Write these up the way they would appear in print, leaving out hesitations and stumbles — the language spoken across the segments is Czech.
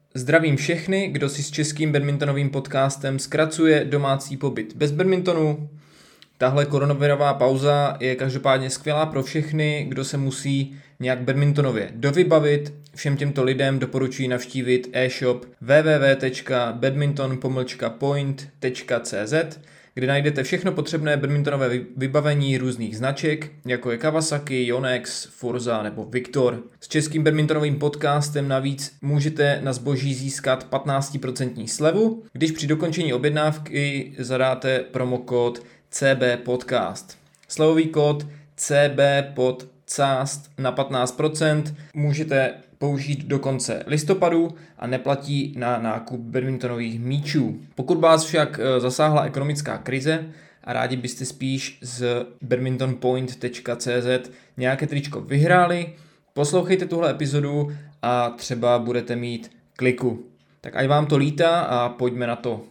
Zdravím všechny, kdo si s českým badmintonovým podcastem zkracuje domácí pobyt bez badmintonu. Tahle koronavirová pauza je každopádně skvělá pro všechny, kdo se musí nějak badmintonově dovybavit. Všem těmto lidem doporučuji navštívit e-shop www.badminton-point.cz, kde najdete všechno potřebné badmintonové vybavení různých značek, jako je Kawasaki, Yonex, Forza nebo Victor. S českým badmintonovým podcastem navíc můžete na zboží získat 15% slevu, když při dokončení objednávky zadáte promokód CB Podcast. Slevový kód CB Podcast na 15% můžete použít do konce listopadu a neplatí na nákup badmintonových míčů. Pokud vás však zasáhla ekonomická krize a rádi byste spíš z badmintonpoint.cz nějaké tričko vyhráli, poslouchejte tuhle epizodu a třeba budete mít kliku. Tak ať vám to lítá a pojďme na to.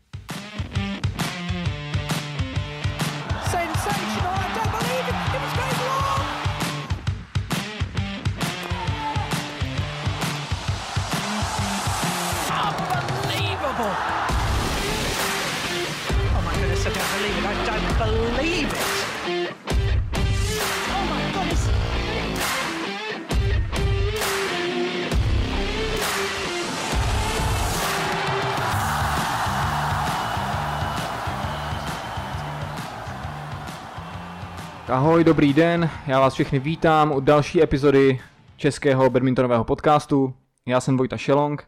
Ahoj, dobrý den, já vás všechny vítám u další epizody českého badmintonového podcastu. Já jsem Vojta Šelong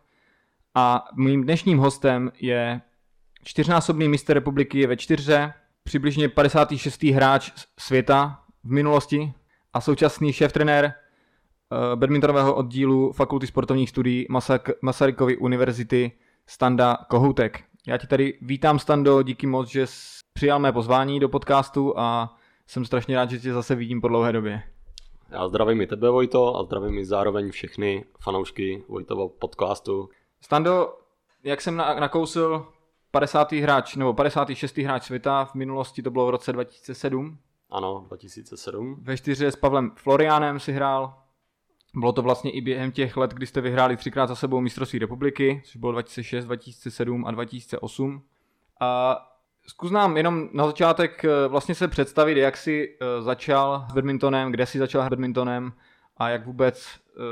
a mým dnešním hostem je čtyřnásobný mistr republiky ve čtyřhře, přibližně 56. hráč světa v minulosti a současný šéftrenér badmintonového oddílu Fakulty sportovních studií Masarykovy univerzity Standa Kohoutek. Já ti tady vítám, Stando, díky moc, že jsi přijal mé pozvání do podcastu a jsem strašně rád, že tě zase vidím po dlouhé době. Já zdravím i tebe, Vojto, a zdravím i zároveň všechny fanoušky Vojtova podcastu. Stando, jak jsem nakousil 50. hráč, nebo 56. hráč světa, v minulosti to bylo v roce 2007. Ano, 2007. Ve čtyři s Pavlem Floriánem si hrál. Bylo to vlastně i během těch let, kdy jste vyhráli 3krát za sebou mistrovství republiky, což bylo 2006, 2007 a 2008. A zkus nám jenom na začátek vlastně se představit, jak jsi začal s badmintonem, kde jsi začal s badmintonem a jak vůbec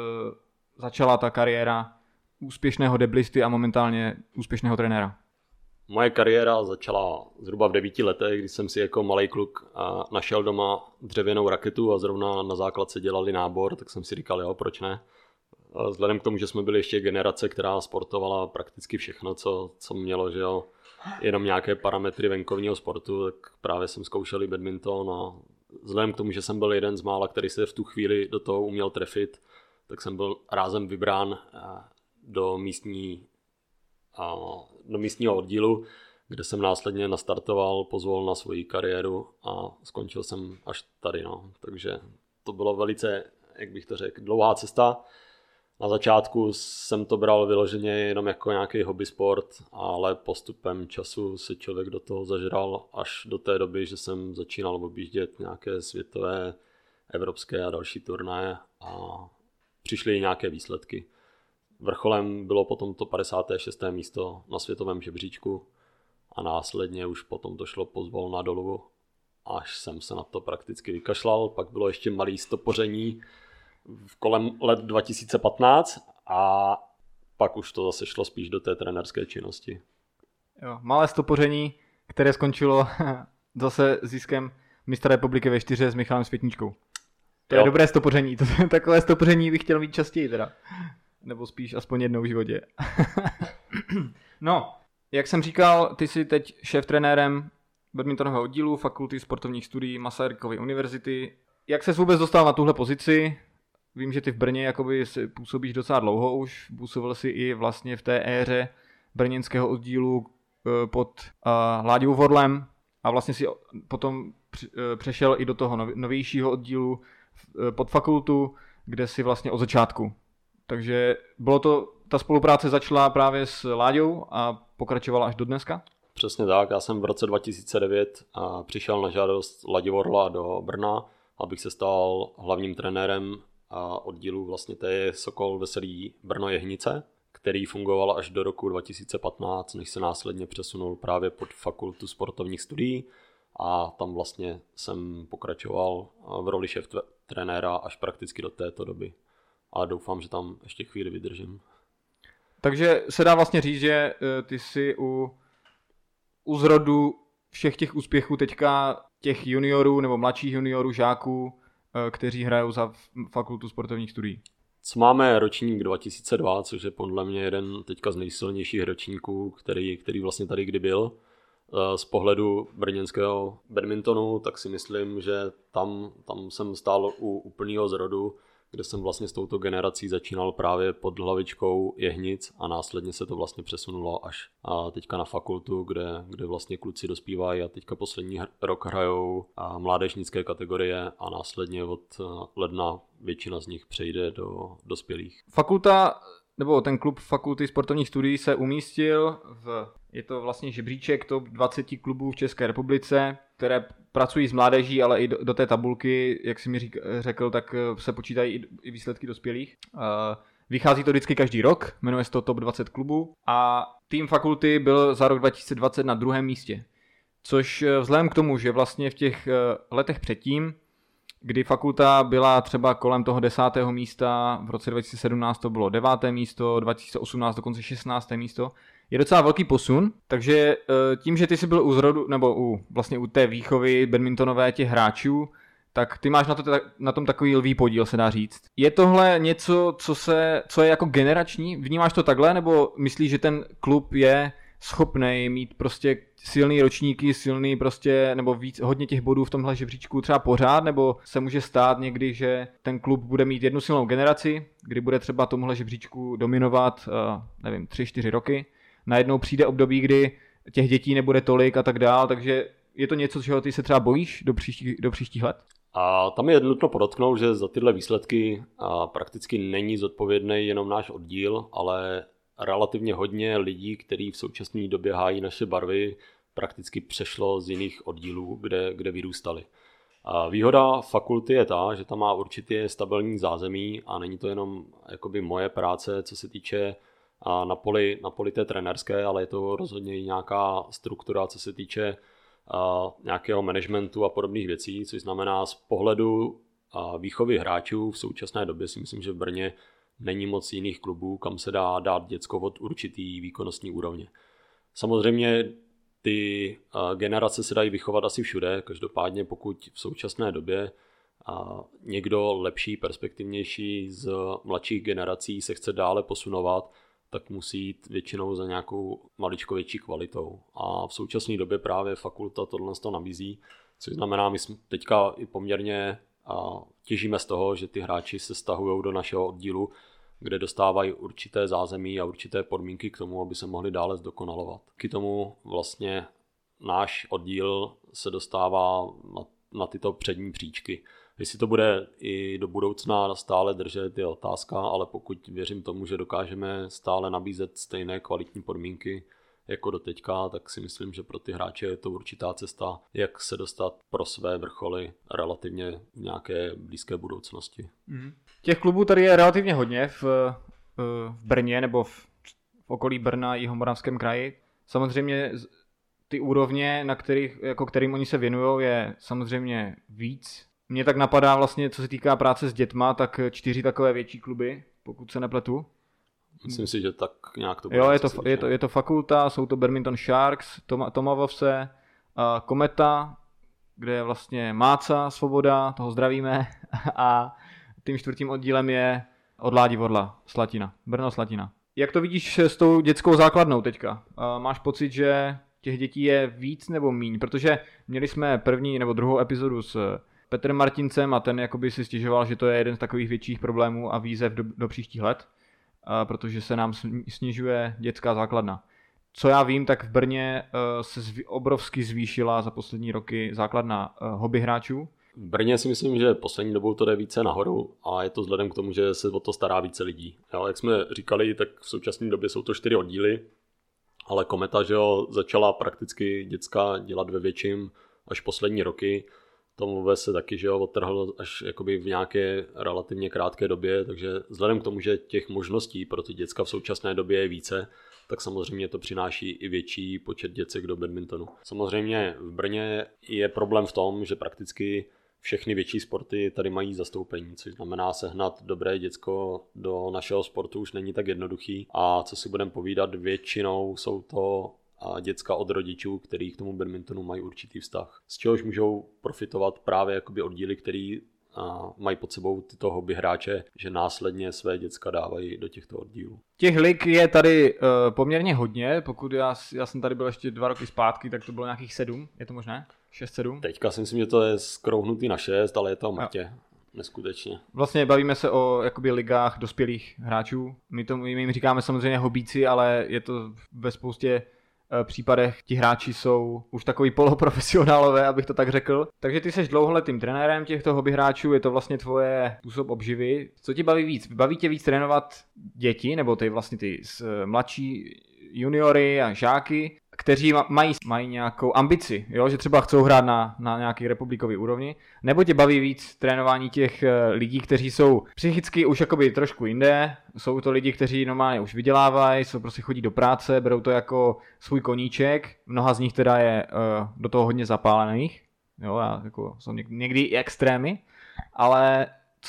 začala ta kariéra úspěšného deblisty a momentálně úspěšného trenéra. Moje kariéra začala zhruba v 9 letech, kdy jsem si jako malej kluk našel doma dřevěnou raketu a zrovna na základce dělali nábor, tak jsem si říkal, jo, proč ne. Vzhledem k tomu, že jsme byli ještě generace, která sportovala prakticky všechno, co mělo, že jo, jenom nějaké parametry venkovního sportu, tak právě jsem zkoušel i badminton a vzhledem k tomu, že jsem byl jeden z mála, který se v tu chvíli do toho uměl trefit, tak jsem byl rázem vybrán do místního oddílu, kde jsem následně nastartoval, pozvolna na svoji kariéru a skončil jsem až tady. No. Takže to bylo velice, jak bych to řekl, dlouhá cesta. Na začátku jsem to bral vyloženě jenom jako nějaký hobby sport, ale postupem času se člověk do toho zažral až do té doby, že jsem začínal objíždět nějaké světové, evropské a další turnaje a přišly i nějaké výsledky. Vrcholem bylo potom to 56. místo na světovém žebříčku a následně už potom to šlo pozvolna dolů, až jsem se na to prakticky vykašlal. Pak bylo ještě malé stopoření kolem let 2015 a pak už to zase šlo spíš do té trenérské činnosti. Jo, malé stopoření, které skončilo zase ziskem mistra republiky ve čtyře s Michalem Světničkou. To je dobré stopoření, takové stopoření bych chtěl mít častěji teda. Nebo spíš aspoň jednou v životě. No, jak jsem říkal, ty jsi teď šéftrenérem badmintonového oddílu Fakulty sportovních studií Masarykovy univerzity. Jak ses vůbec dostal na tuhle pozici? Vím, že ty v Brně jakoby působíš docela dlouho už. Působil jsi i vlastně v té éře brněnského oddílu pod Láďou Vorlem a vlastně si potom přešel i do toho novějšího oddílu pod fakultu, kde si vlastně od začátku. Takže ta spolupráce začala právě s Láďou a pokračovala až do dneska? Přesně tak, já jsem v roce 2009 přišel na žádost Ladi Vorla do Brna, abych se stal hlavním trenérem oddílu, vlastně to je Sokol Veselý Brno Jehnice, který fungoval až do roku 2015, než se následně přesunul právě pod Fakultu sportovních studií a tam vlastně jsem pokračoval v roli šéf trenéra až prakticky do této doby. A doufám, že tam ještě chvíli vydržím. Takže se dá vlastně říct, že ty jsi u zrodu všech těch úspěchů teďka těch juniorů nebo mladších juniorů, žáků, kteří hrajou za Fakultu sportovních studií. Co máme ročník 2002, což je podle mě jeden teďka z nejsilnějších ročníků, který vlastně tady kdy byl. Z pohledu brněnského badmintonu, tak si myslím, že tam jsem stál u úplného zrodu, kde jsem vlastně s touto generací začínal právě pod hlavičkou Jehnic a následně se to vlastně přesunulo až teďka na fakultu, kde vlastně kluci dospívají a teďka poslední rok hrajou mládežnické kategorie a následně od ledna většina z nich přejde do dospělých. Fakulta, nebo ten klub Fakulty sportovních studií se umístil je to vlastně žebříček top 20 klubů v České republice, které pracují s mládeží, ale i do té tabulky, jak jsi mi řekl, tak se počítají i výsledky dospělých. Vychází to vždycky každý rok, jmenuje se to top 20 klubů a tým fakulty byl za rok 2020 na 2. místě. Což vzhledem k tomu, že vlastně v těch letech předtím, kdy fakulta byla třeba kolem toho 10. místa, v roce 2017 to bylo 9. místo, 2018 dokonce 16. místo, je docela velký posun, takže tím, že ty jsi byl u zrodu, nebo vlastně u té výchovy badmintonové těch hráčů, tak ty máš na tom takový lví podíl, se dá říct. Je tohle něco, co je jako generační? Vnímáš to takhle, nebo myslíš, že ten klub je schopný mít prostě silný ročníky, silný prostě, nebo hodně těch bodů v tomhle žebříčku třeba pořád, nebo se může stát někdy, že ten klub bude mít jednu silnou generaci, kdy bude třeba tomuhle žebříčku dominovat, 3-4 roky. Najednou přijde období, kdy těch dětí nebude tolik a tak dál, takže je to něco, čeho ty se třeba bojíš do příštích let? A tam je nutno podotknout, že za tyhle výsledky prakticky není zodpovědný jenom náš oddíl, ale relativně hodně lidí, kteří v současné době hájí naše barvy, prakticky přešlo z jiných oddílů, kde vyrůstali. A výhoda fakulty je ta, že tam má určitě stabilní zázemí a není to jenom jakoby moje práce, co se týče na poli té trenérské, ale je to rozhodně i nějaká struktura, co se týče nějakého managementu a podobných věcí, což znamená z pohledu výchovy hráčů v současné době si myslím, že v Brně není moc jiných klubů, kam se dá dát děcko od určitý výkonnostní úrovně. Samozřejmě ty generace se dají vychovat asi všude, každopádně pokud v současné době někdo lepší, perspektivnější z mladších generací se chce dále posunovat, tak musí jít většinou za nějakou maličko větší kvalitou. A v současné době právě fakulta tohle to nabízí, což znamená, my jsme teďka i poměrně těžíme z toho, že ty hráči se stahují do našeho oddílu, kde dostávají určité zázemí a určité podmínky k tomu, aby se mohli dále zdokonalovat. K tomu vlastně náš oddíl se dostává na tyto přední příčky. Jestli to bude i do budoucna stále držet, je otázka, ale pokud věřím tomu, že dokážeme stále nabízet stejné kvalitní podmínky jako doteďka, tak si myslím, že pro ty hráče je to určitá cesta, jak se dostat pro své vrcholy relativně v nějaké blízké budoucnosti. Těch klubů tady je relativně hodně v Brně nebo v okolí Brna i Jihomoravském kraji. Samozřejmě ty úrovně, kterým oni se věnují, je samozřejmě víc. Mně tak napadá vlastně, co se týká práce s dětma, tak 4 takové větší kluby, pokud se nepletu. Myslím si, že tak nějak to bude. Jo, je to fakulta, jsou to Badminton Sharks, Tomavovce, Kometa, kde je vlastně Máca, Svoboda, toho zdravíme, a tím 4. oddílem je Odládí Vodla, Slatina, Brno Slatina. Jak to vidíš s tou dětskou základnou teďka? Máš pocit, že těch dětí je víc nebo míň? Protože měli jsme první nebo druhou epizodu s Petrem Martincem a ten jakoby si stěžoval, že to je jeden z takových větších problémů a výzev do příštích let, protože se nám snižuje dětská základna. Co já vím, tak v Brně se obrovsky zvýšila za poslední roky základna hobby hráčů. V Brně si myslím, že poslední dobou to jde více nahoru a je to vzhledem k tomu, že se o to stará více lidí. Jo, jak jsme říkali, tak v současné době jsou to 4 oddíly, ale Kometa, že jo, začala prakticky děcka dělat ve větším až poslední roky. Tom vůbec se taky, že ho odtrhl až jakoby v nějaké relativně krátké době, takže vzhledem k tomu, že těch možností pro ty děcka v současné době je více, tak samozřejmě to přináší i větší počet děcek do badmintonu. Samozřejmě v Brně je problém v tom, že prakticky všechny větší sporty tady mají zastoupení, což znamená sehnat dobré děcko do našeho sportu už není tak jednoduchý a co si budeme povídat, většinou jsou to děcka od rodičů, kteří k tomu badmintonu mají určitý vztah. Z čehož můžou profitovat právě jakoby oddíly, který mají pod sebou tyto hobby hráče, že následně své děcka dávají do těchto oddílů. Těch lig je tady poměrně hodně, pokud já jsem tady byl ještě 2 roky zpátky, tak to bylo nějakých 7, je to možné? 6-7? Teďka si myslím, že to je skrouhnutý na 6, ale je to o mrtě. Neskutečně. Vlastně bavíme se o jakoby ligách dospělých hráčů. My jim říkáme samozřejmě hobíci, ale je to ve spoustě případech ti hráči jsou už takový poloprofesionálové, abych to tak řekl. Takže ty seš dlouholetým trenérem těchto hobby hráčů, je to vlastně tvoje způsob obživy. Co ti baví víc? Baví tě víc trénovat děti, nebo ty mladší juniory a žáky, kteří mají nějakou ambici, jo? Že třeba chcou hrát na nějaký republikový úrovni, nebo tě baví víc trénování těch lidí, kteří jsou psychicky už jakoby trošku jinde, jsou to lidi, kteří normálně už vydělávají, prostě chodí do práce, berou to jako svůj koníček, mnoha z nich teda je do toho hodně zapálených, jo? Jako jsou někdy i extrémy, ale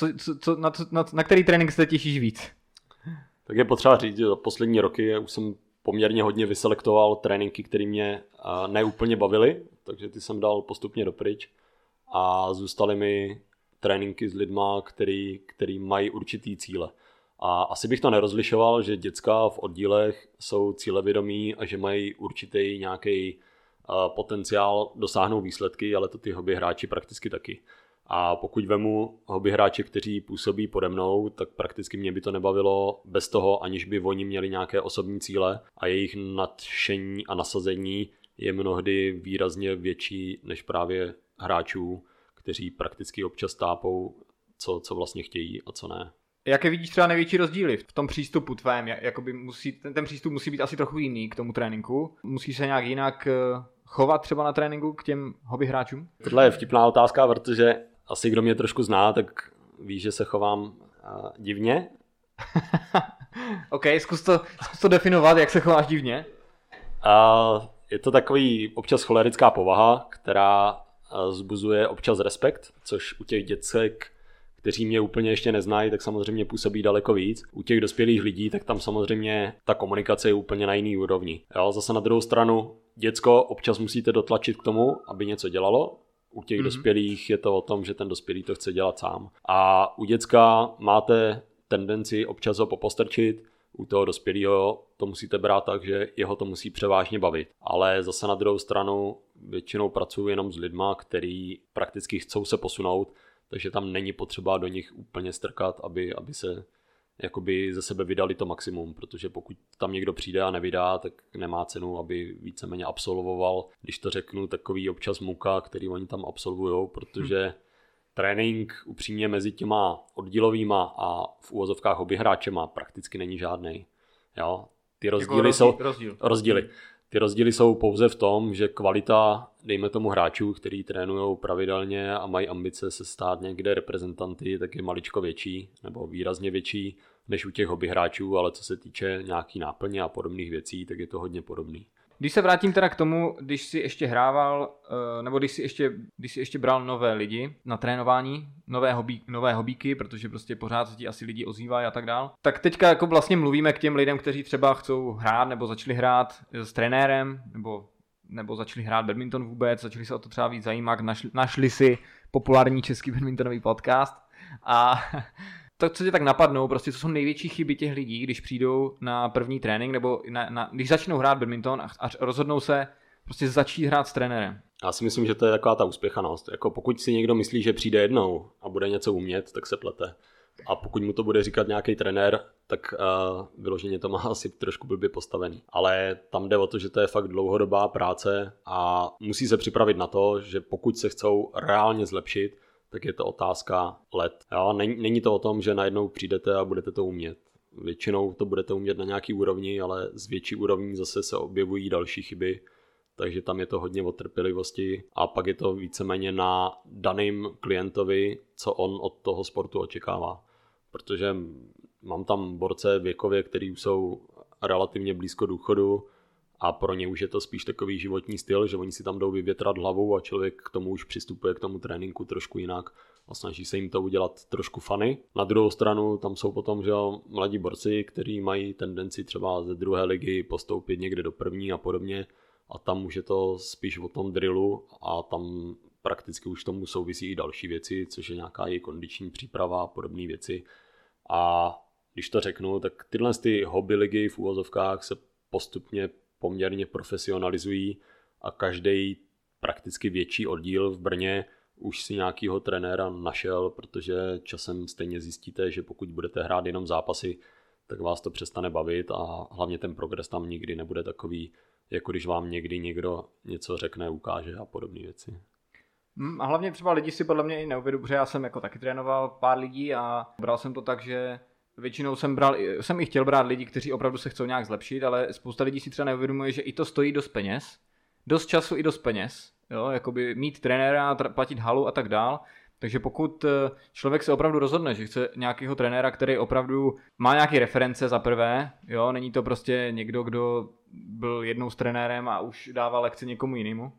na který trénink se těšíš víc? Tak je potřeba říct, že za poslední roky už jsem poměrně hodně vyselektoval tréninky, které mě neúplně bavily, takže ty jsem dal postupně dopryč a zůstaly mi tréninky s lidma, který mají určitý cíle. A asi bych to nerozlišoval, že děcka v oddílech jsou cílevědomí a že mají určitý nějaký potenciál dosáhnout výsledky, ale to ty hobby hráči prakticky taky. A pokud vemu hobby hráče, kteří působí pode mnou, tak prakticky mě by to nebavilo bez toho, aniž by oni měli nějaké osobní cíle a jejich nadšení a nasazení je mnohdy výrazně větší než právě hráčů, kteří prakticky občas tápou, co vlastně chtějí a co ne. Jaké vidíš třeba největší rozdíly v tom přístupu tvém? Jakoby ten přístup musí být asi trochu jiný k tomu tréninku. Musí se nějak jinak chovat třeba na tréninku k těm hobby hráčům? Tohle je vtipná otázka, protože asi kdo mě trošku zná, tak ví, že se chovám divně. OK, zkus to definovat, jak se chováš divně. Je to takový občas cholerická povaha, která vzbuzuje občas respekt, což u těch děcek, kteří mě úplně ještě neznají, tak samozřejmě působí daleko víc. U těch dospělých lidí, tak tam samozřejmě ta komunikace je úplně na jiný úrovni. Jo, zase na druhou stranu, děcko občas musíte dotlačit k tomu, aby něco dělalo. U těch dospělých je to o tom, že ten dospělý to chce dělat sám. A u děcka máte tendenci občas ho popostrčit, u toho dospělého to musíte brát tak, že jeho to musí převážně bavit. Ale zase na druhou stranu většinou pracuji jenom s lidma, kteří prakticky chcou se posunout, takže tam není potřeba do nich úplně strkat, aby se jakoby ze sebe vydali to maximum, protože pokud tam někdo přijde a nevydá, tak nemá cenu, aby víceméně absolvoval, když to řeknu, takový občas muka, který oni tam absolvujou, protože trénink upřímně mezi těma oddílovýma a v úvozovkách hobby hráčema prakticky není žádnej. Jo? Ty rozdíly jsou rozdíly. Ty rozdíly jsou pouze v tom, že kvalita, dejme tomu hráčů, kteří trénujou pravidelně a mají ambice se stát někde reprezentanty, tak je maličko větší nebo výrazně větší než u těch hobby hráčů, ale co se týče nějaký náplně a podobných věcí, tak je to hodně podobný. Když se vrátím teda k tomu, když jsi ještě hrával, nebo když jsi ještě bral nové lidi na trénování, nové hobíky, protože prostě pořád se ti asi lidi ozývají a tak dál. Tak teďka jako vlastně mluvíme k těm lidem, kteří třeba chcou hrát nebo začali hrát s trenérem, nebo začali hrát badminton vůbec, začali se o to třeba víc zajímat, našli si populární český badmintonový podcast a to, co tě tak napadnou, prostě co jsou největší chyby těch lidí, když přijdou na první trénink nebo když začnou hrát badminton a rozhodnou se prostě začít hrát s trenérem. Já si myslím, že to je taková ta uspěchanost. Jako pokud si někdo myslí, že přijde jednou a bude něco umět, tak se plete. A pokud mu to bude říkat nějaký trenér, tak vyloženě to má asi trošku blbě postavený. Ale tam jde o to, že to je fakt dlouhodobá práce a musí se připravit na to, že pokud se chcou reálně zlepšit, tak je to otázka let. Jo? Není to o tom, že najednou přijdete a budete to umět. Většinou to budete umět na nějaký úrovni, ale z větší úrovní zase se objevují další chyby, takže tam je to hodně o trpělivosti a pak je to víceméně na daným klientovi, co on od toho sportu očekává. Protože mám tam borce věkově, kteří jsou relativně blízko důchodu a pro ně už je to spíš takový životní styl, že oni si tam jdou vyvětrat hlavu a člověk k tomu už přistupuje k tomu tréninku trošku jinak a snaží se jim to udělat trošku funny. Na druhou stranu tam jsou potom, že mladí borci, kteří mají tendenci třeba ze druhé ligy postoupit někde do první a podobně a tam už je to spíš o tom drillu a tam prakticky už tomu souvisí i další věci, což je nějaká i kondiční příprava a podobné věci. A když to řeknu, tak tyhle ty hobby ligy v úvozovkách se postupně poměrně profesionalizují a každý prakticky větší oddíl v Brně už si nějakýho trenéra našel, protože časem stejně zjistíte, že pokud budete hrát jenom zápasy, tak vás to přestane bavit a hlavně ten progres tam nikdy nebude takový, jako když vám někdy někdo něco řekne, ukáže a podobné věci. A hlavně třeba lidi si podle mě i neuvědomují, protože já jsem jako taky trénoval pár lidí a bral jsem to tak, že většinou jsem i chtěl brát lidi, kteří opravdu se chcou nějak zlepšit, ale spousta lidí si třeba neuvědomuje, že i to stojí dost peněz, dost času i dost peněz, jo, jakoby mít trenéra, platit halu a tak dál. Takže pokud člověk se opravdu rozhodne, že chce nějakého trenéra, který opravdu má nějaké reference za prvé, jo, není to prostě někdo, kdo byl jednou s trenérem a už dává lekce někomu jinému.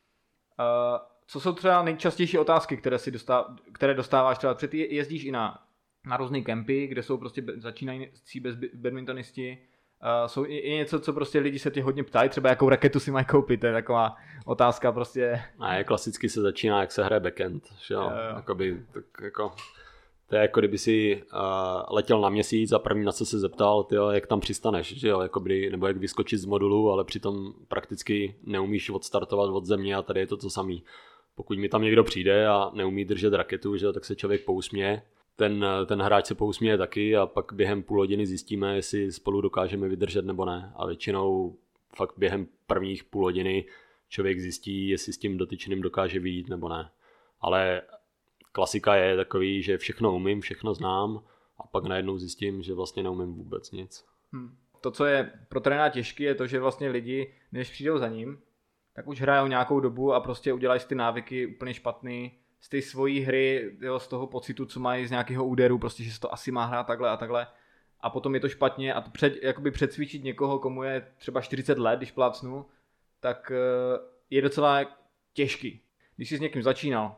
Co jsou třeba nejčastější otázky, které dostáváš třeba před jezdíš i na různé kempy, kde jsou prostě začínající badmintonisti. Jsou i něco, co prostě lidi se tě hodně ptají, třeba jakou raketu si mají koupit, to je taková otázka prostě. A klasicky se začíná, jak se hraje backhand, že jo? Jakoby, tak jako, to je jako kdyby si letěl na Měsíc a první na co se zeptal, tyjo, jak tam přistaneš, že jo? Jakoby, nebo jak vyskočit z modulu, ale přitom prakticky neumíš odstartovat od země a tady je to samý. Pokud mi tam někdo přijde a neumí držet raketu, že jo, tak se člověk pousměje. Ten hráč se pousměje taky a pak během půl hodiny zjistíme, jestli spolu dokážeme vydržet nebo ne. A většinou fakt během prvních půl hodiny člověk zjistí, jestli s tím dotyčným dokáže vyjít nebo ne. Ale klasika je takový, že všechno umím, všechno znám a pak najednou zjistím, že vlastně neumím vůbec nic. To, co je pro trenéra těžké, je to, že vlastně lidi, než přijdou za ním, tak už hrajou nějakou dobu a prostě udělají si ty návyky úplně špatný, z té svojí hry, jo, z toho pocitu, co mají z nějakého úderu, prostě, že se to asi má hrát takhle a takhle. A potom je to špatně a jakoby předcvičit někoho, komu je třeba 40 let, když plácnu, tak je docela těžký. Když jsi s někým začínal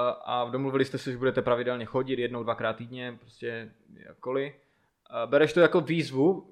a domluvili jste se, že budete pravidelně chodit 1-2krát týdně, prostě jakkoliv, bereš to jako výzvu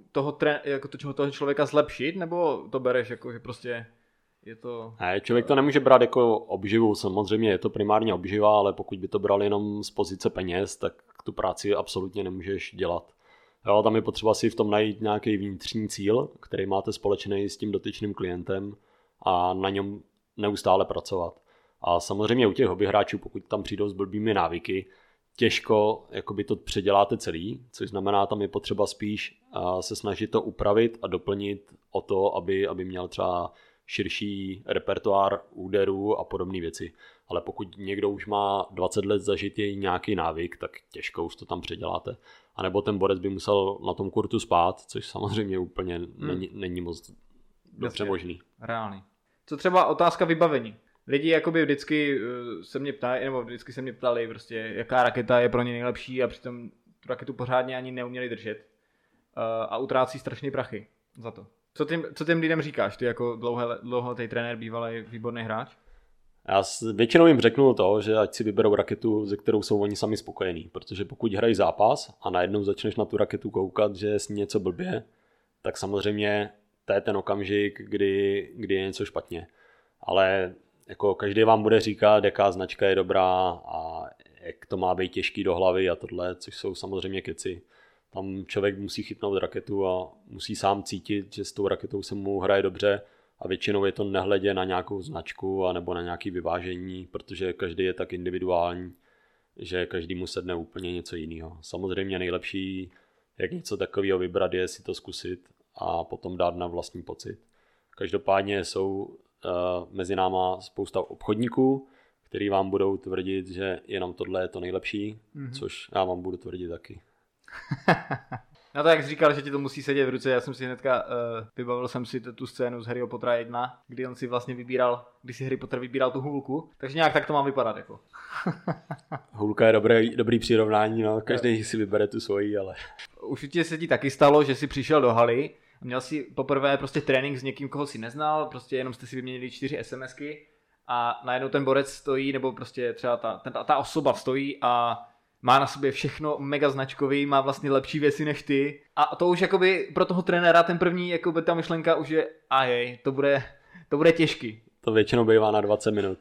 toho člověka zlepšit, nebo to bereš jako, že prostě je to... Ne, člověk to nemůže brát jako obživu, samozřejmě je to primárně obživa, ale pokud by to bral jenom z pozice peněz, tak tu práci absolutně nemůžeš dělat. Jo, tam je potřeba si v tom najít nějaký vnitřní cíl, který máte společný s tím dotyčným klientem a na něm neustále pracovat. A samozřejmě u těch hobby hráčů, pokud tam přijdou s blbými návyky, těžko jakoby to předěláte celý, což znamená, tam je potřeba spíš se snažit to upravit a doplnit o to, aby měl třeba širší repertoár úderů a podobné věci. Ale pokud někdo už má 20 let zažitý nějaký návyk, tak těžko už to tam předěláte. A nebo ten borec by musel na tom kurtu spát, což samozřejmě úplně není moc dobře možný. Reálný. Co třeba otázka vybavení? Lidi jakoby vždycky se mě ptají, nebo vždycky se mě ptali prostě, jaká raketa je pro ně nejlepší a přitom tu raketu pořádně ani neuměli držet. A utrácí strašný prachy za to. Co těm lidem říkáš? Ty jako dlouholetý trenér, bývalý výborný hráč? Já většinou jim řeknu to, že ať si vyberou raketu, ze kterou jsou oni sami spokojení. Protože pokud hrají zápas a najednou začneš na tu raketu koukat, že je s ní něco blbě, tak samozřejmě to je ten okamžik, kdy je něco špatně. Ale jako každý vám bude říkat, jaká značka je dobrá a jak to má být těžký do hlavy a tohle, což jsou samozřejmě keci. Tam člověk musí chytnout raketu a musí sám cítit, že s tou raketou se mu hraje dobře a většinou je to nehledě na nějakou značku nebo na nějaké vyvážení, protože každý je tak individuální, že každý mu sedne úplně něco jiného. Samozřejmě nejlepší, jak něco takového vybrat, je si to zkusit a potom dát na vlastní pocit. Každopádně jsou mezi náma spousta obchodníků, který vám budou tvrdit, že jenom tohle je to nejlepší, což já vám budu tvrdit taky. No to jak jsi říkal, že ti to musí sedět v ruce, já jsem si hnedka vybavil jsem si tu scénu z Harryho Pottera 1, kdy on si vlastně vybíral, když si Harry Potter vybíral tu hůlku, takže nějak tak to má vypadat jako. Hůlka je dobrý přirovnání, no, každý si vybere tu svoji, ale... Určitě se ti taky stalo, že jsi přišel do haly, měl si poprvé prostě trénink s někým, koho si neznal, prostě jenom jste si vyměnili 4 SMSky a najednou ten borec stojí, nebo prostě třeba ta osoba stojí a má na sobě všechno mega značkový, má vlastně lepší věci než ty. A to už jakoby pro toho trenéra ten první, jakoby ta myšlenka už je, to bude těžký. To většinou bývá na 20 minut.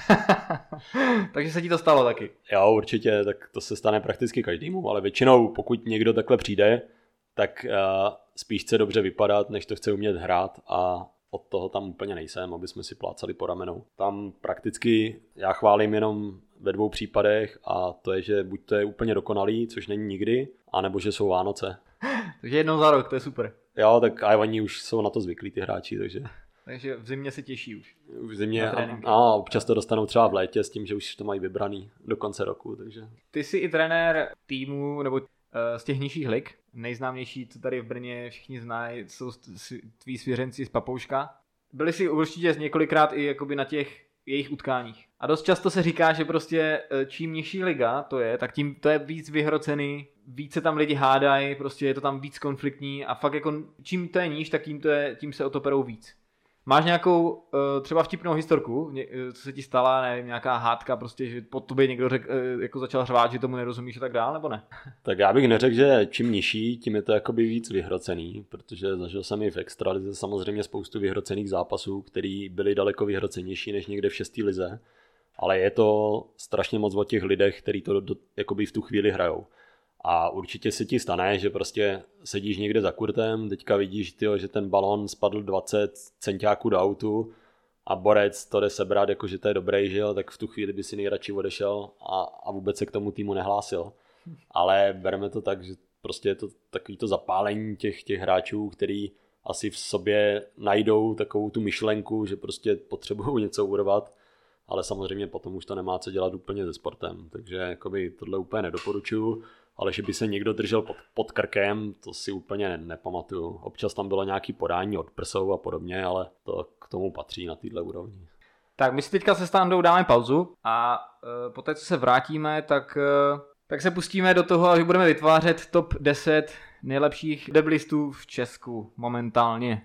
Takže se ti to stalo taky. Jo, určitě, tak to se stane prakticky každému, ale většinou pokud někdo takhle přijde, tak spíš chce dobře vypadat, než to chce umět hrát a od toho tam úplně nejsem, aby jsme si plácali po ramenou. Tam prakticky já chválím jenom ve 2 případech a to je, že buď to je úplně dokonalý, což není nikdy, anebo že jsou Vánoce. Takže jednou za rok, to je super. Jo, tak a oni už jsou na to zvyklí ty hráči, takže... Takže v zimě se těší už. V zimě a občas to dostanou třeba v létě s tím, že už to mají vybraný do konce roku, takže... Ty jsi i trenér týmu, nebo z těch nižších lig, nejznámější, co tady v Brně všichni znají, jsou tví svěřenci z Papouška. Byli si určitě několikrát i jakoby na těch jejich utkáních. A dost často se říká, že prostě čím nižší liga to je, tak tím to je víc vyhrocený, více tam lidi hádají, prostě je to tam víc konfliktní a fakt jako čím to je níž, tak tím se o to perou víc. Máš nějakou třeba vtipnou historku, co se ti stala, nevím, nějaká hádka, prostě, že pod tobě někdo jako začal řvát, že tomu nerozumíš a tak dál, nebo ne? Tak já bych neřekl, že čím nižší, tím je to jakoby víc vyhrocený, protože zažil jsem i v extralize samozřejmě spoustu vyhrocených zápasů, které byly daleko vyhrocenější než někde v 6. lize, ale je to strašně moc o těch lidech, kteří to jakoby v tu chvíli hrajou. A určitě se ti stane, že prostě sedíš někde za kurtem, teďka vidíš, že ten balón spadl 20 centiáků do autu a borec to jde sebrat, jakože to je dobrý, že jo, tak v tu chvíli by si nejradši odešel a vůbec se k tomu týmu nehlásil. Ale bereme to tak, že prostě je to takový to zapálení těch hráčů, který asi v sobě najdou takovou tu myšlenku, že prostě potřebují něco urvat, ale samozřejmě potom už to nemá co dělat úplně se sportem, takže jakoby tohle úplně nedoporučuju. Ale že by se někdo držel pod krkem, to si úplně nepamatuju. Občas tam bylo nějaké podání od prsou a podobně, ale to k tomu patří na této úrovni. Tak my si teďka se Standou dáme pauzu a poté, co se vrátíme, tak se pustíme do toho, že budeme vytvářet top 10 nejlepších deblistů v Česku momentálně.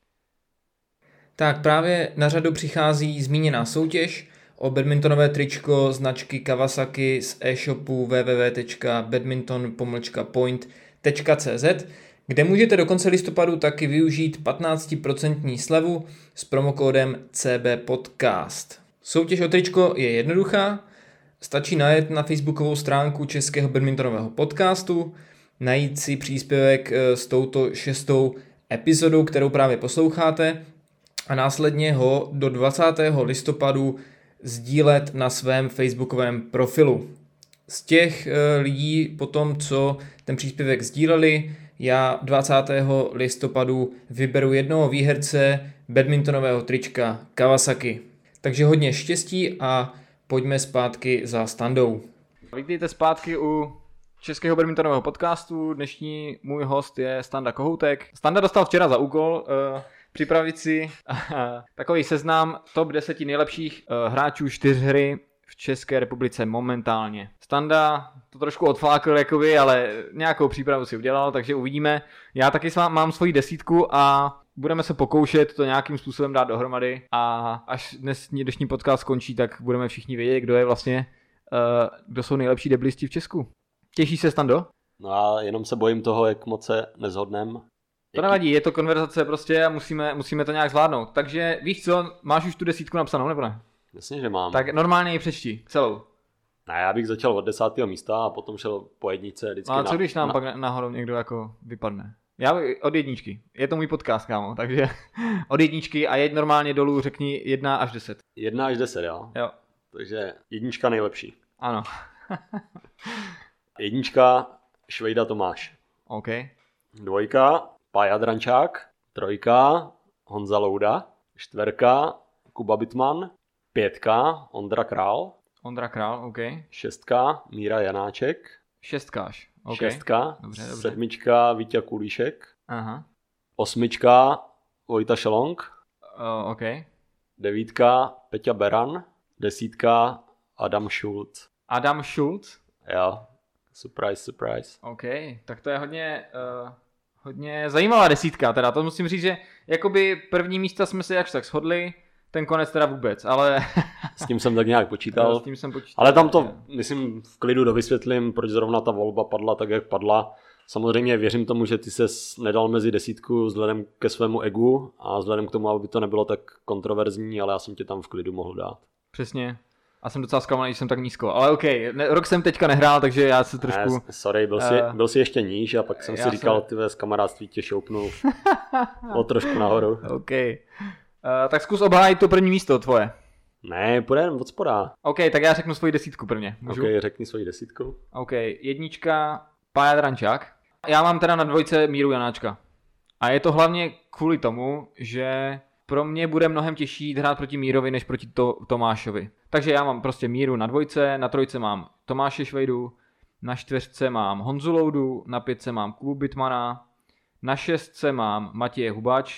Tak právě na řadu přichází zmíněná soutěž o badmintonové tričko značky Kawasaki z e-shopu www.badminton-point.cz, kde můžete do konce listopadu taky využít 15% slevu s promokódem CBPodcast. Soutěž o tričko je jednoduchá, stačí najet na facebookovou stránku Českého badmintonového podcastu, najít si příspěvek s touto 6. epizodou, kterou právě posloucháte, a následně ho do 20. listopadu sdílet na svém facebookovém profilu. Z těch lidí potom, co ten příspěvek sdíleli, já 20. listopadu vyberu jednoho výherce badmintonového trička Kawasaki. Takže hodně štěstí a pojďme zpátky za Standou. Vítejte zpátky u Českého badmintonového podcastu. Dnešní můj host je Standa Kohoutek. Standa dostal včera za úkol připravit si takový seznam top 10 nejlepších hráčů čtyřhry v České republice momentálně. Standa to trošku odflákl jakoby, ale nějakou přípravu si udělal, takže uvidíme. Já taky mám svoji 10 a budeme se pokoušet to nějakým způsobem dát dohromady a až dnešní podcast skončí, tak budeme všichni vědět, kdo je vlastně, kdo jsou nejlepší deblisti v Česku. Těšíš se, Stando? No a jenom se bojím toho, jak moc se neshodneme. To nevadí, je to konverzace prostě a musíme to nějak zvládnout. Takže víš co, máš už tu 10 napsanou, nebo ne? Jasně, že mám. Tak normálně ji přečti, celou. Ne, já bych začal od 10. místa a potom šel po jedničce vždycky. A co když nám pak nahoru někdo jako vypadne? Já od jedničky. Je to můj podcast, kámo, takže od jedničky a jeď normálně dolů, řekni 1 až 10. 1 až 10, jo? Jo. Takže jednička nejlepší. Ano. Jednička Švejda Tomáš. OK. 2 Pája Drančák. 3 Honza Louda. 4 Kuba Bitman. 5 Ondra Král. Ondra Král, OK. 6 Míra Janáček. 6káš, Okay. 6, Dobře. 7 Víťa Kulíšek, Aha. 8 Vojta Šelong, OK. 9 Peťa Beran, 10 Adam Schulz. Adam Schulz? Jo, surprise. OK, tak to je hodně zajímavá desítka, teda to musím říct, že jakoby první místa jsme se jakž tak shodli, ten konec teda vůbec, ale... S tím jsem tak nějak počítal. S tím jsem počítal. Ale tam to, myslím, v klidu dovysvětlím, proč zrovna ta volba padla tak, jak padla. Samozřejmě věřím tomu, že ty ses nedal mezi desítku vzhledem ke svému egu a vzhledem k tomu, aby to nebylo tak kontroverzní, ale já jsem tě tam v klidu mohl dát. Přesně. A jsem docela zklamaný, že jsem tak nízko. Ale OK, rok jsem teďka nehrál, takže já se trošku... Ne, sorry, byl jsi ještě níž a pak jsem si říkal, ty z kamarádství tě šoupnu o trošku nahoru. OK. Tak zkus obhájit to první místo tvoje. Ne, půjdeme od spoda. OK, tak já řeknu svoji desítku prvně. Můžu? OK, řekni svoji desítku. OK, 1 Pája Drančák. Já mám teda na 2 Míru Janáčka. A je to hlavně kvůli tomu, že pro mě bude mnohem těžší hrát proti Mírovi, než proti Tomášovi. Takže já mám prostě Míru na 2, na 3 mám Tomáše Švejdu, na 4 mám Honzu Loudu, na 5 mám Kubu Bitmana, na 6 mám Matěje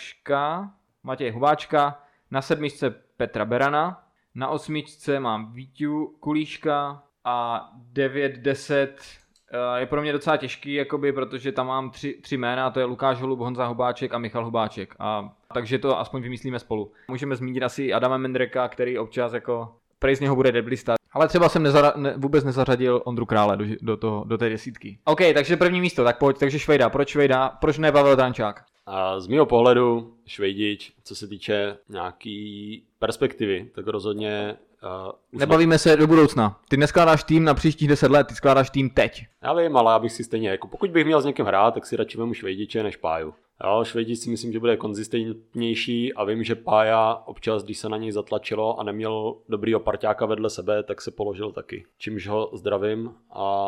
Hubáčka, na 7 Petra Berana, na 8 mám Víťu Kulíška a 9, 10 je pro mě docela těžký, jakoby, protože tam mám 3 jména, to je Lukáš Holub, Honza Hubáček a Michal Hubáček. Takže to aspoň vymyslíme spolu. Můžeme zmínit asi Adama Mendreka, který občas jako prej z něho bude deadlista. Ale třeba jsem vůbec nezařadil Ondru Krále do té desítky. OK, takže první místo, tak pojď. Takže Švejda. Proč Švejda? Proč ne Pavel Drančák? A z mého pohledu Švejdič, co se týče nějaký perspektivy, tak rozhodně... Nebavíme se do budoucna. Ty neskládáš tým na příštích 10 let, ty skládáš tým teď. Já vím, ale já bych si stejně, jako pokud bych měl s někým hrát, tak si radši vemu Švejdiče než Páju. Jo, Švejdič si myslím, že bude konzistentnější a vím, že Pája občas, když se na něj zatlačilo a neměl dobrýho parťáka vedle sebe, tak se položil taky. Čímž ho zdravím a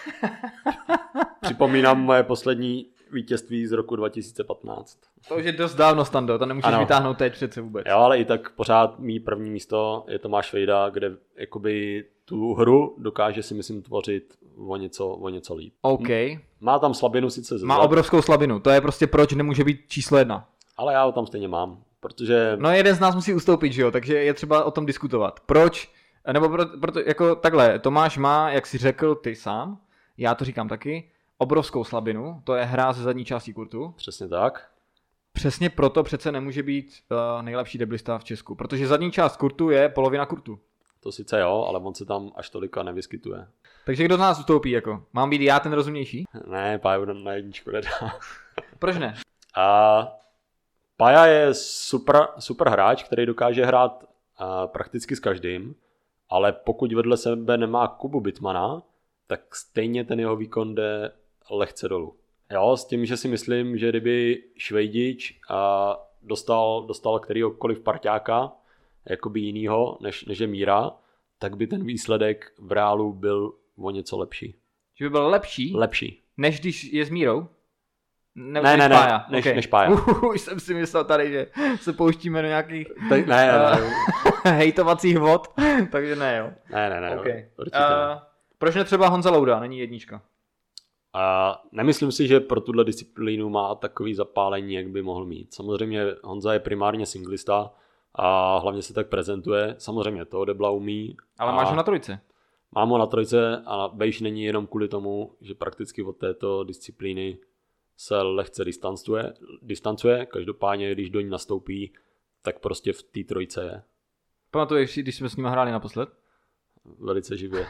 připomínám moje poslední vítězství z roku 2015. To už je dost dávno, Stando, to nemůžeš vytáhnout teď přece vůbec. Jo, ale i tak pořád mý první místo je Tomáš Švejda, kde jakoby tu hru dokáže si myslím tvořit o něco líp. OK. Má tam slabinu sice Má obrovskou slabinu, to je prostě proč nemůže být číslo 1. Ale já ho tam stejně mám, protože... No jeden z nás musí ustoupit, že jo, takže je třeba o tom diskutovat. Proč? Nebo proto jako takhle, Tomáš má, jak jsi řekl ty sám, já to říkám taky, obrovskou slabinu, to je hra ze zadní části kurtu. Přesně tak. Přesně proto přece nemůže být nejlepší deblista v Česku, protože zadní část kurtu je polovina kurtu. To sice jo, ale on se tam až tolika nevyskytuje. Takže kdo z nás ustoupí, jako? Mám být já ten rozumnější? Ne, Páju na jedničku nedá. Proč ne? A Pája je super hráč, který dokáže hrát prakticky s každým, ale pokud vedle sebe nemá Kubu Bitmana, tak stejně ten jeho výkon jde lehce dolů. Jo, s tím, že si myslím, že kdyby Švejdič dostal kterýhokoliv parťáka, jakoby jinýho, než je Míra, tak by ten výsledek v reálu byl o něco lepší. Že by byl lepší? Lepší. Než když je s Mírou? Ne, než Pája. Už jsem si myslel tady, že se pouštíme do nějakých ne. hejtovacích vod, takže ne, jo. Ne, okay. Určitě ne. Proč ne třeba Honza Louda, není jednička? Nemyslím si, že pro tuhle disciplínu má takový zapálení, jak by mohl mít. Samozřejmě Honza je primárně singlista a hlavně se tak prezentuje. Samozřejmě to debla umí. Ale máš ho na 3. Mám ho na 3 a bejš není jenom kvůli tomu, že prakticky od této disciplíny se lehce distancuje. Každopádně, když do ní nastoupí, tak prostě v té 3 je. Pamatuješ si, když jsme s ním hráli naposled? Velice živě.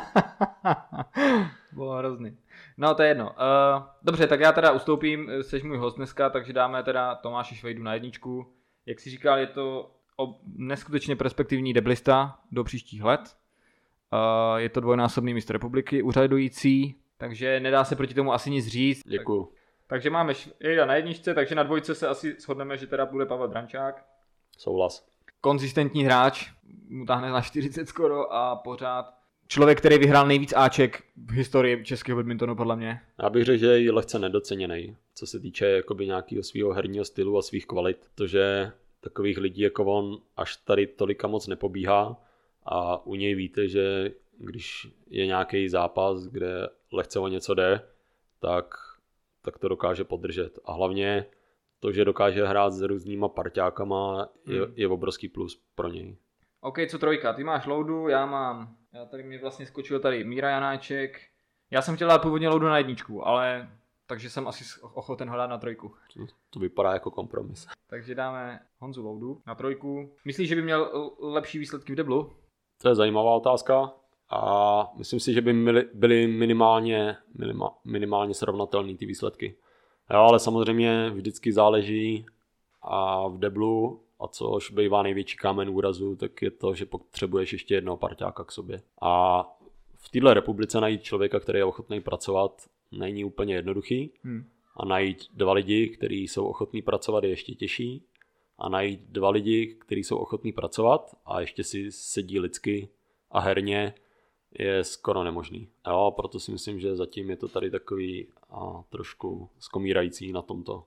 Bylo hrozný. No, to je jedno. Dobře, tak já teda ustoupím, seš můj host dneska, takže dáme teda Tomáše Švejdu na 1. Jak jsi říkal, je to neskutečně perspektivní deblista do příštích let. Je to dvojnásobný mistr republiky, úřadující, takže nedá se proti tomu asi nic říct. Děkuju. Takže máme Švejda na 1, takže na 2 se asi shodneme, že teda bude Pavel Drančák. Souhlas. Konzistentní hráč, mu táhne na 40 skoro a pořád člověk, který vyhrál nejvíc áček v historii českého badmintonu, podle mě. Já bych řekl, že je lehce nedoceněný, co se týče jakoby nějakého svého herního stylu a svých kvalit, protože takových lidí jako on až tady tolika moc nepobíhá a u něj víte, že když je nějaký zápas, kde lehce o něco jde, tak to dokáže podržet. A hlavně to, že dokáže hrát s různýma parťákama, je obrovský plus pro něj. OK, co trojka? Ty máš Loudu, já tady mi vlastně skočil tady Míra Janáček. Já jsem chtěl dát původně Loudu na 1, ale takže jsem asi ochoten ho dát na 3. To vypadá jako kompromis. Takže dáme Honzu Loudu na 3. Myslíš, že by měl lepší výsledky v deblu? To je zajímavá otázka a myslím si, že by byly minimálně srovnatelné ty výsledky. Jo, ale samozřejmě vždycky záleží a v deblu, a což bývá největší kámen úrazu, tak je to, že potřebuješ ještě jednoho parťáka k sobě. A v této republice najít člověka, který je ochotný pracovat, není úplně jednoduchý. A najít 2 lidi, kteří jsou ochotní pracovat, je ještě těžší. A najít 2 lidi, kteří jsou ochotní pracovat a ještě si sedí lidsky a herně, je skoro nemožný. Jo, proto si myslím, že zatím je to tady takový trošku skomírající na tomto.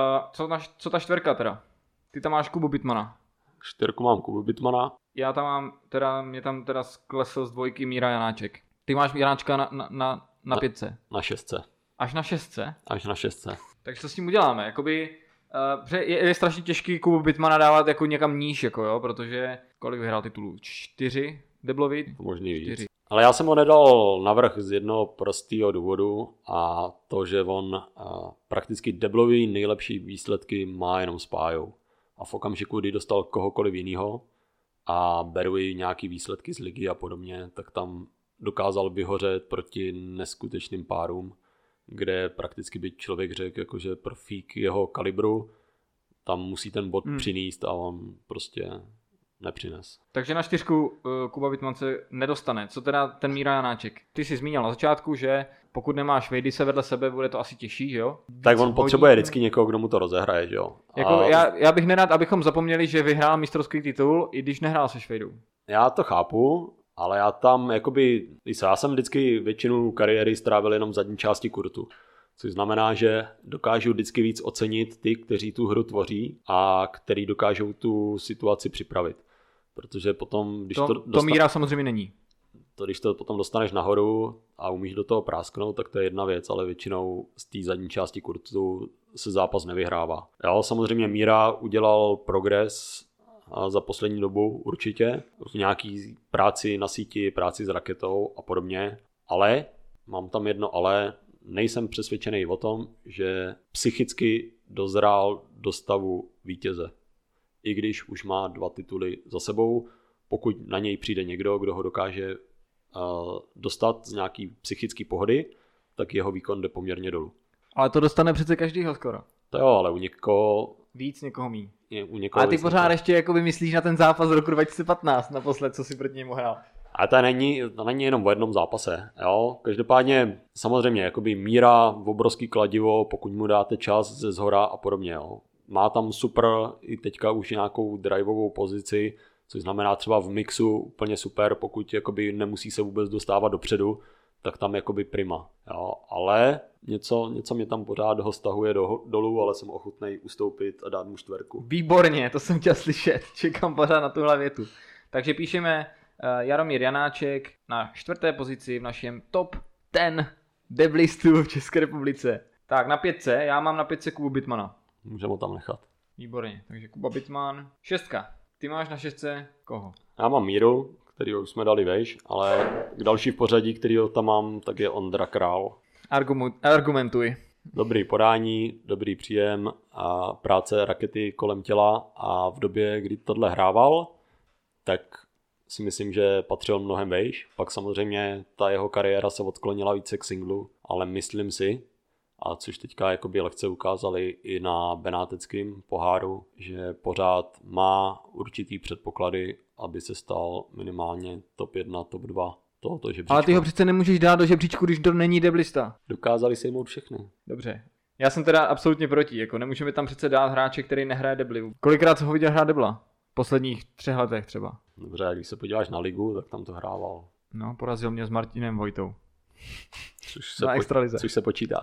Co ta 4 teda? Ty tam máš Kubu Bittmana. 4 mám Kubu Bittmana. Já tam mám, mě tam sklesl z 2 Míra Janáček. Ty máš Janáčka na 5. Na 6. Až na 6? Až na 6. Takže co s tím uděláme? Jakoby, je strašně těžký Kubu Bittmana dávat jako někam níž, jako jo, protože kolik vyhrál titulů? 4 deblový? Možný víc. Ale já jsem ho nedal navrch z jednoho prostého důvodu a to, že on prakticky deblový nejlepší výsledky má jenom s Pájou. A v okamžiku, kdy dostal kohokoliv jinýho a beru i nějaký výsledky z ligy a podobně, tak tam dokázal vyhořet proti neskutečným párům, kde prakticky by člověk řekl, jakože profík jeho kalibru tam musí ten bod přinést a on prostě nepřines. Takže na 4 Kuba Bittman se nedostane. Co teda ten Míra Janáček? Ty jsi zmínil na začátku, že pokud nemáš Vejdise vedle sebe, bude to asi těžší, že jo? Tak on potřebuje vždycky někoho, kdo mu to rozehraje, že jo? Jako já bych nerad, abychom zapomněli, že vyhrál mistrovský titul, i když nehrál se Švejdou. Já to chápu, ale já tam jakoby, já jsem vždycky většinu kariéry strávil jenom v zadní části kurtu. Což znamená, že dokážu vždycky víc ocenit ty, kteří tu hru tvoří a kteří dokážou tu situaci připravit. Protože potom, když to Míra samozřejmě není. Když to potom dostaneš nahoru a umíš do toho prásknout, tak to je jedna věc, ale většinou z té zadní části kurtu se zápas nevyhrává. Jo, samozřejmě Míra udělal progres za poslední dobu určitě v nějaký práci na síti, práci s raketou a podobně, ale mám tam jedno ale, nejsem přesvědčený o tom, že psychicky dozrál do stavu vítěze. I když už má 2 tituly za sebou, pokud na něj přijde někdo, kdo ho dokáže dostat z nějaký psychický pohody, tak jeho výkon jde poměrně dolů. Ale to dostane přece každýho skoro. To jo, ale u někoho... Víc, někoho míň. Ale ty pořád ještě jako myslíš na ten zápas z roku 2015, naposled, co si proti němu hrál. Ale to není jenom o jednom zápase. Jo? Každopádně samozřejmě jakoby Míra v obrovský kladivo, pokud mu dáte čas ze zhora a podobně. Jo? Má tam super i teďka už nějakou driveovou pozici, což znamená třeba v mixu úplně super, pokud jakoby nemusí se vůbec dostávat dopředu, tak tam jakoby prima. Jo? Ale něco mě tam pořád ho stahuje dolů, ale jsem ochotnej ustoupit a dát mu 4. Výborně, to jsem chtěl slyšet. Čekám pořád na tuhle větu. Takže píšeme Jaromír Janáček na 4. pozici v našem top 10 deblistů v České republice. Tak na 5. já mám na 5 Kubu Bittmana. Můžeme ho tam nechat. Výborně, takže Kuba Bittman. 6. Ty máš na 6. koho? Já mám Míru, kterýho už jsme dali vejš, ale další v pořadí, kterýho tam mám, tak je Ondra Král. Argumentuj. Dobrý podání, dobrý příjem a práce rakety kolem těla a v době, kdy tohle hrával, tak si myslím, že patřil mnohem vejš. Pak samozřejmě ta jeho kariéra se odklonila více k singlu, ale myslím si, a což teďka jakoby lehce ukázali i na benáteckém poháru, že pořád má určitý předpoklady, aby se stal minimálně top 1, top 2 tohoto žebříčku. Ale ty ho přece nemůžeš dát do žebříčku, když to není deblista. Dokázali sejmout všechny. Dobře. Já jsem teda absolutně proti, jako nemůžeme tam přece dát hráče, který nehraje debli. Kolikrát jsi ho viděl hrát debla? V posledních 3 letech třeba. Dobře, a když se podíváš na ligu, tak tam to hrával. No, porazil mě s Martinem Vojtou. Což se počítá.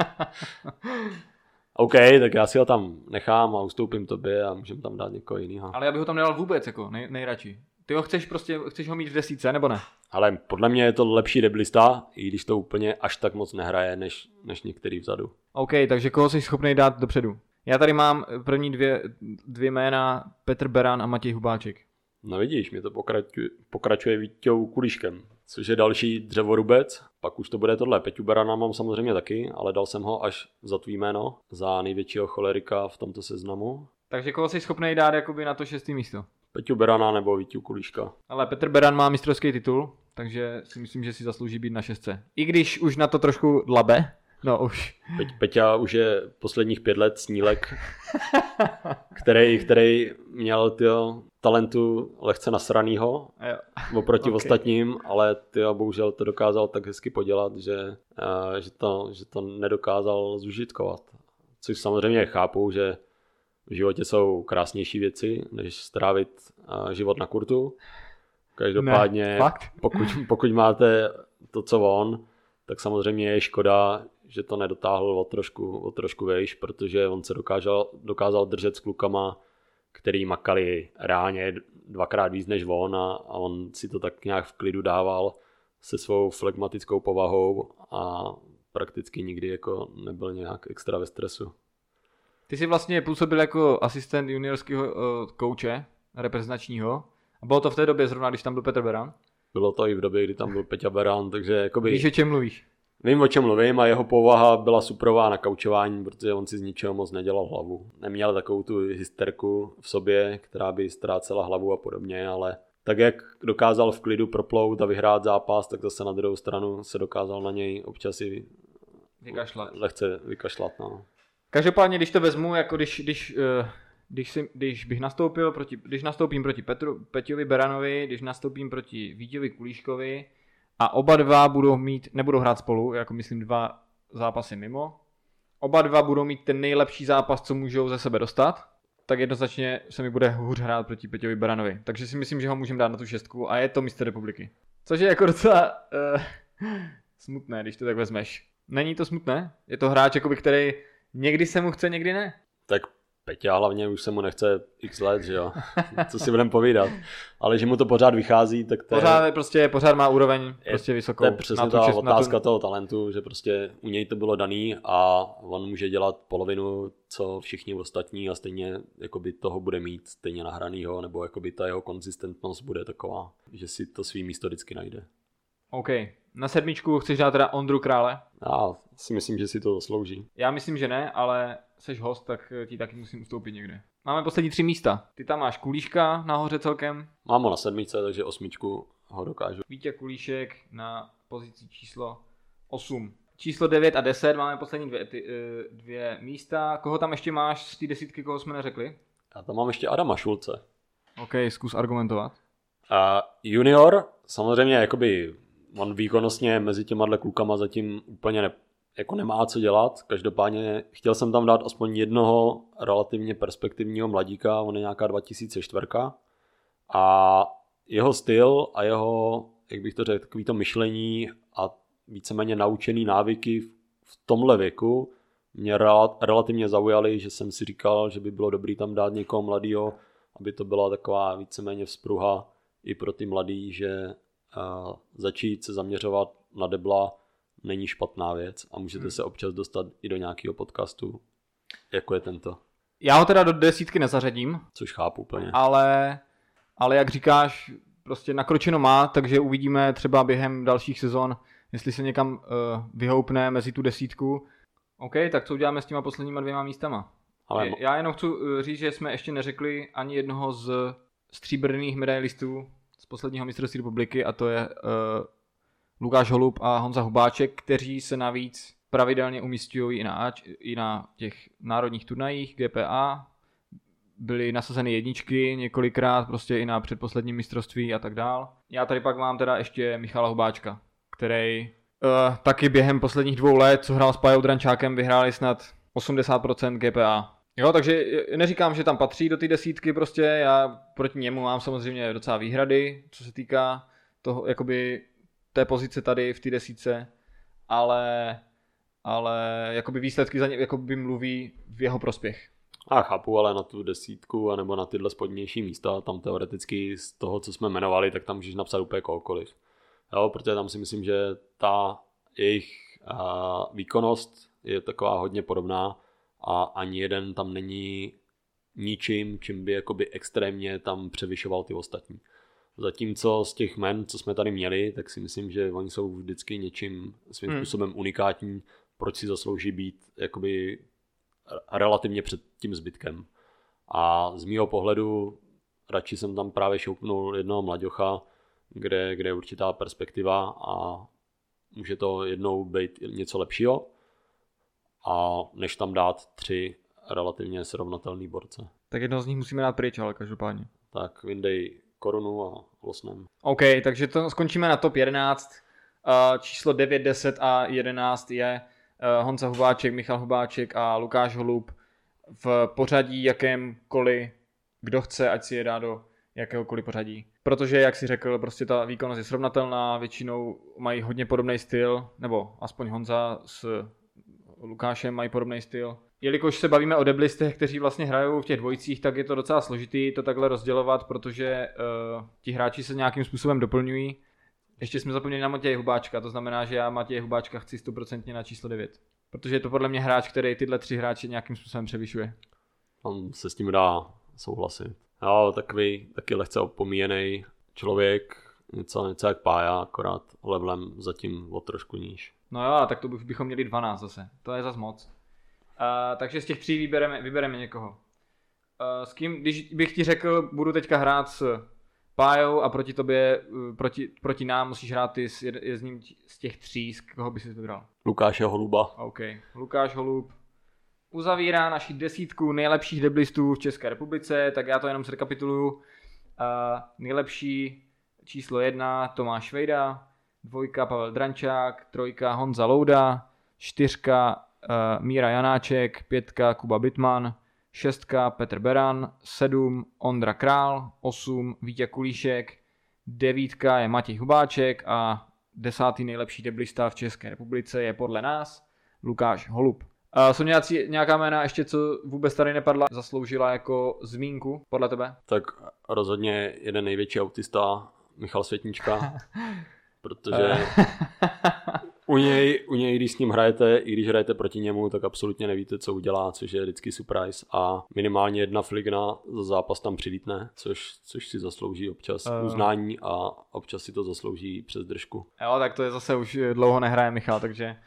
OK, tak já si ho tam nechám a ustoupím tobě a můžeme tam dát někoho jiného. Ale já bych ho tam nedal vůbec, jako nejradši. Ty ho chceš ho mít v desítce, nebo ne? Ale podle mě je to lepší deblista, i když to úplně až tak moc nehraje, než některý vzadu. OK, takže koho jsi schopný dát dopředu? Já tady mám první dvě jména, Petr Beran a Matěj Hubáček. No vidíš, mě to pokračuje Vítěou Kulíškem, což je další dřevorubec. Pak už to bude tohle. Peťu Berana mám samozřejmě taky, ale dal jsem ho až za tvý jméno, za největšího cholerika v tomto seznamu. Takže koho jsi schopný dát jakoby na to 6. místo? Peťu Berana nebo Vítěu Kulíška. Ale Petr Beran má mistrovský titul, takže si myslím, že si zaslouží být na 6. I když už na to trošku dlabe. No už. Peťa už je posledních 5 let snílek, který měl tyjo, talentu lehce nasranýho oproti ostatním, ale tyjo, bohužel to dokázal tak hezky podělat, že to nedokázal zužitkovat. Což samozřejmě chápu, že v životě jsou krásnější věci, než strávit život na kurtu. Každopádně, pokud máte to, co on, tak samozřejmě je škoda, že to nedotáhl o trošku vejš, protože on se dokázal držet s klukama, který makali reálně 2x víc než on a on si to tak nějak v klidu dával se svou flegmatickou povahou a prakticky nikdy jako nebyl nějak extra ve stresu. Ty jsi vlastně působil jako asistent juniorského kouče reprezentačního a bylo to v té době zrovna, když tam byl Petr Beran? Bylo to i v době, kdy tam byl Peťa Beran, takže jakoby... Víš, o čem mluvíš? Vím, o čem mluvím a jeho povaha byla suprová na kaučování, protože on si z ničeho moc nedělal hlavu. Neměl takovou tu hysterku v sobě, která by ztrácela hlavu a podobně, ale tak jak dokázal v klidu proplout a vyhrát zápas, tak zase na druhou stranu se dokázal na něj občas i lehce vykašlat. No. Každopádně, když to vezmu, jako když nastoupím proti Peťovi Beranovi, když nastoupím proti Vítěvi Kulíškovi a oba dva nebudou hrát spolu, jako myslím 2 zápasy mimo, oba dva budou mít ten nejlepší zápas, co můžou ze sebe dostat, tak jednoznačně se mi bude hůř hrát proti Peťovi Beranovi. Takže si myslím, že ho můžeme dát na tu 6 a je to mistr republiky. Což je jako docela smutné, když to tak vezmeš. Není to smutné? Je to hráč, jakoby, který někdy se mu chce, někdy ne. Tak Peťa hlavně už se mu nechce x let, že jo, co si budeme povídat. Ale že mu to pořád vychází, tak to pořád má úroveň prostě vysokou. To je přesně ta otázka toho talentu, že prostě u něj to bylo daný a on může dělat polovinu, co všichni ostatní a stejně jakoby toho bude mít stejně nahranýho, nebo jakoby ta jeho konzistentnost bude taková, že si to svý místo vždycky najde. OK. Na 7 chceš dát teda Ondru Krále? Já si myslím, že si to zaslouží. Já myslím, že ne, ale seš host, tak ti taky musím ustoupit někde. Máme poslední 3 místa. Ty tam máš Kulíška nahoře celkem. Mám ho na 7, takže 8 ho dokážu. Vítě Kulíšek na pozici číslo 8. Číslo 9 a 10 máme poslední dvě místa. Koho tam ještě máš z té 10, koho jsme neřekli? Já tam mám ještě Adama Šulce. OK, zkus argumentovat. Junior, samozřejmě jakoby on výkonnostně mezi těma klukama zatím úplně nemá co dělat. Každopádně chtěl jsem tam dát aspoň jednoho relativně perspektivního mladíka, on je nějaká 2004. A jeho styl a jeho, jak bych to řekl, takový to myšlení a víceméně naučený návyky v tomhle věku mě relativně zaujaly, že jsem si říkal, že by bylo dobrý tam dát někoho mladýho, aby to byla taková víceméně vzpruha i pro ty mladý, že začít se zaměřovat na debla není špatná věc a můžete se občas dostat i do nějakého podcastu, jako je tento. Já ho teda do 10 nezařadím. Což chápu úplně. Ale jak říkáš, prostě nakročeno má, takže uvidíme třeba během dalších sezon, jestli se někam vyhoupne mezi tu 10. OK, tak co uděláme s těma posledníma 2 místama? Já jenom chci říct, že jsme ještě neřekli ani jednoho z stříbrných medailistů z posledního mistrovství republiky a to je Lukáš Holub a Honza Hubáček, kteří se navíc pravidelně umísťují i na těch národních turnajích GPA. Byly nasazeny jedničky několikrát, prostě i na předposledním mistrovství a tak dál. Já tady pak mám teda ještě Michala Hubáčka, který taky během posledních 2 let, co hrál s Pajou Drančákem, vyhráli snad 80% GPA. Jo, takže neříkám, že tam patří do té 10, prostě já proti němu mám samozřejmě docela výhrady, co se týká toho, jakoby té pozice tady v té 10, ale jakoby výsledky za ně jakoby mluví v jeho prospěch. A chápu, ale na tu 10 anebo na tyhle spodnější místa, tam teoreticky z toho, co jsme jmenovali, tak tam můžeš napsat úplně kohokoliv. Jo, protože tam si myslím, že ta jejich výkonnost je taková hodně podobná a ani jeden tam není ničím, čím by jakoby extrémně tam převyšoval ty ostatní. Zatímco z těch men, co jsme tady měli, tak si myslím, že oni jsou vždycky něčím svým způsobem unikátní, proč si zaslouží být jakoby relativně před tím zbytkem. A z mýho pohledu radši jsem tam právě šoupnul jednoho mlaďocha, kde je určitá perspektiva a může to jednou být něco lepšího, a než tam dát 3 relativně srovnatelný borce. Tak jedno z nich musíme dát pryč, ale každopádně. Tak vyndej korunu a losnem. OK, takže to skončíme na top 11. Číslo 9, 10 a 11 je Honza Hubáček, Michal Hubáček a Lukáš Holub v pořadí jakémkoliv, kdo chce, ať si je dá do jakéhokoliv pořadí. Protože, jak si řekl, prostě ta výkonnost je srovnatelná, většinou mají hodně podobný styl, nebo aspoň Honza s Lukášem mají podobný styl. Jelikož se bavíme o deblistech, kteří vlastně hrajou v těch dvojicích, tak je to docela složitý to takhle rozdělovat, protože ti hráči se nějakým způsobem doplňují. Ještě jsme zapomněli na Matěje Hubáčka, to znamená, že já Matěje Hubáčka chci 100% na číslo 9. Protože je to podle mě hráč, který tyhle 3 hráče nějakým způsobem převyšuje. On se s tím dá souhlasit. Jo, takový taky lehce opomíjený člověk, něco jak Pája, akorát levelem zatím o trošku níž. No jo, tak to bychom měli 12 zase, to je zas moc. Takže z těch 3 vybereme někoho. S kým, když bych ti řekl, budu teďka hrát s Pájou a proti tobě, proti nám musíš hrát ty s jedním z těch 3, z koho by si vybral? Lukáše Holuba. OK, Lukáš Holub uzavírá naši 10 nejlepších deblistů v České republice, tak já to jenom zrekapituluju. Nejlepší číslo 1 Tomáš Švejda, 2 Pavel Drančák, 3 Honza Louda, 4 Míra Janáček, 5 Kuba Bitman, 6 Petr Beran, 7 Ondra Král, 8 Vítě Kulíšek, 9 je Matěj Hubáček a 10. nejlepší deblista v České republice je podle nás Lukáš Holub. Jsou nějaká jména ještě, co vůbec tady nepadla, zasloužila jako zmínku podle tebe? Tak rozhodně jeden největší autista, Michal Světnička, protože u něj, když s ním hrajete, i když hrajete proti němu, tak absolutně nevíte, co udělá, což je vždycky surprise a minimálně 1 fligna za zápas tam přilítne, což si zaslouží občas uznání a občas si to zaslouží přes držku. Jo, tak to je zase už dlouho nehraje Michal, takže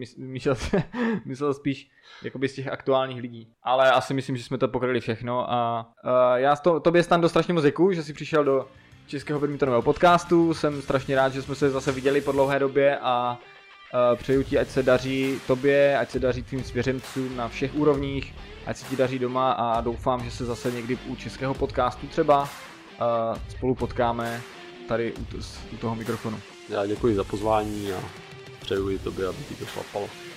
myslel spíš jakoby z těch aktuálních lidí. Ale asi myslím, že jsme to pokryli všechno a já tobě Stando strašně moc děkuju, že jsi přišel do Českého badmintonového podcastu. Jsem strašně rád, že jsme se zase viděli po dlouhé době a přeju ti, ať se daří tobě, ať se daří tvým svěřencům na všech úrovních, ať se ti daří doma a doufám, že se zase někdy u Českého podcastu třeba spolu potkáme tady u toho mikrofonu. Já děkuji za pozvání a přeju i tobě, aby ti to šlapalo.